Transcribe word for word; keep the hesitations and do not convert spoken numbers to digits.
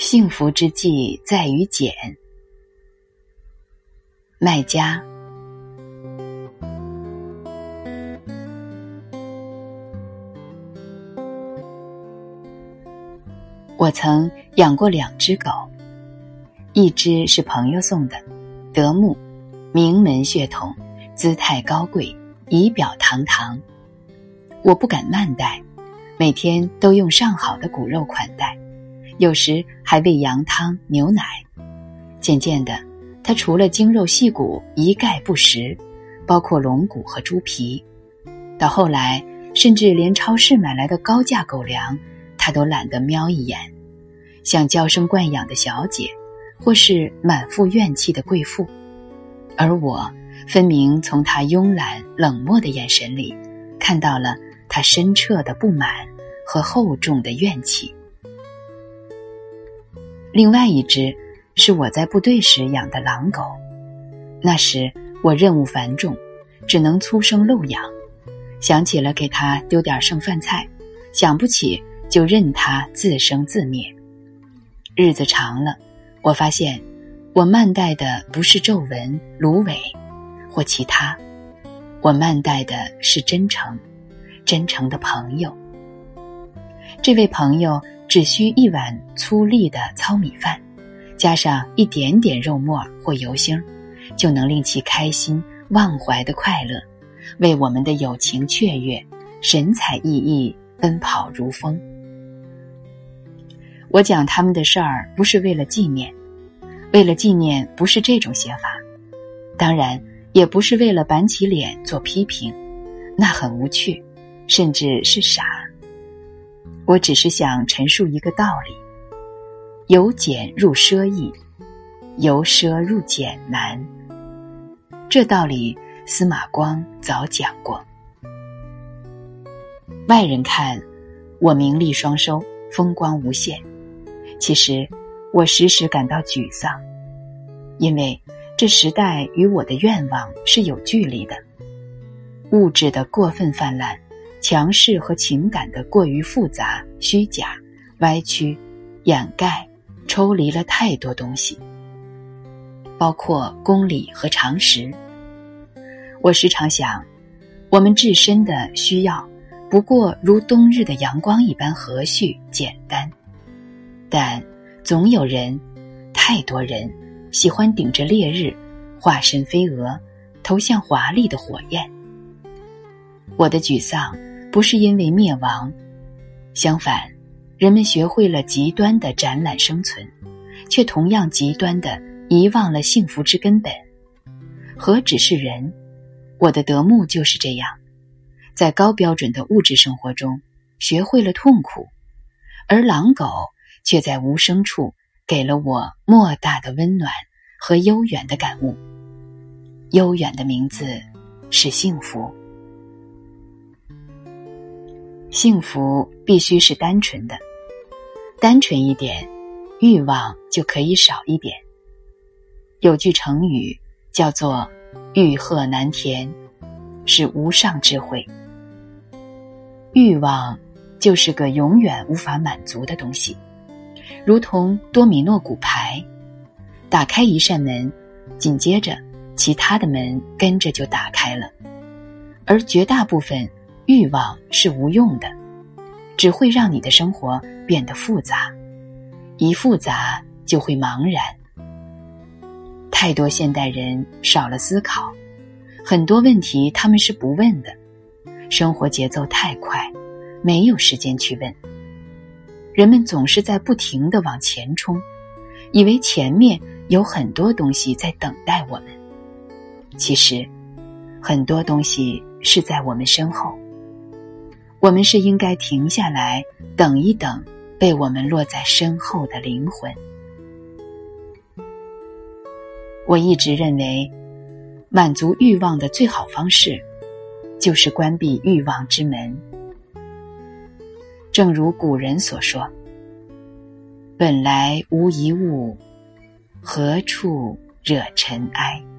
幸福之计在于简。卖家。我曾养过两只狗，一只是朋友送的，德牧，名门血统，姿态高贵，仪表堂堂。我不敢慢待，每天都用上好的骨肉款待，有时还喂羊汤牛奶。渐渐的，它除了精肉细骨一概不食，包括龙骨和猪皮。到后来，甚至连超市买来的高价狗粮它都懒得瞄一眼，像娇生惯养的小姐，或是满腹怨气的贵妇。而我分明从她慵懒冷漠的眼神里看到了她深彻的不满和厚重的怨气。另外一只是我在部队时养的狼狗，那时我任务繁重，只能粗生陋养，想起了给它丢点剩饭菜，想不起就任它自生自灭。日子长了，我发现我慢待的不是皱纹、芦苇或其他，我慢待的是真诚，真诚的朋友。这位朋友只需一碗粗粒的糙米饭，加上一点点肉末或油星，就能令其开心忘怀的快乐，为我们的友情雀跃，神采奕奕，奔跑如风。我讲他们的事儿不是为了纪念，为了纪念不是这种写法，当然也不是为了板起脸做批评，那很无趣，甚至是傻。我只是想陈述一个道理：由简入奢易，由奢入俭难。这道理司马光早讲过。外人看我名利双收，风光无限，其实我时时感到沮丧，因为这时代与我的愿望是有距离的。物质的过分泛滥，强势和情感的过于复杂、虚假、歪曲、掩盖、抽离了太多东西，包括公理和常识。我时常想，我们自身的需要不过如冬日的阳光一般和煦简单，但总有人，太多人喜欢顶着烈日，化身飞蛾，投向华丽的火焰。我的沮丧不是因为灭亡，相反，人们学会了极端的展览生存，却同样极端地遗忘了幸福之根本。何止是人，我的德牧就是这样，在高标准的物质生活中学会了痛苦，而狼狗却在无声处给了我莫大的温暖和悠远的感悟。悠远的名字是幸福。幸福必须是单纯的，单纯一点，欲望就可以少一点。有句成语叫做欲壑难填，是无上智慧。欲望就是个永远无法满足的东西，如同多米诺骨牌，打开一扇门，紧接着其他的门跟着就打开了。而绝大部分欲望是无用的，只会让你的生活变得复杂，一复杂就会茫然。太多现代人少了思考，很多问题他们是不问的，生活节奏太快，没有时间去问。人们总是在不停地往前冲，以为前面有很多东西在等待我们，其实很多东西是在我们身后。我们是应该停下来等一等被我们落在身后的灵魂。我一直认为，满足欲望的最好方式就是关闭欲望之门。正如古人所说，本来无一物，何处惹尘埃。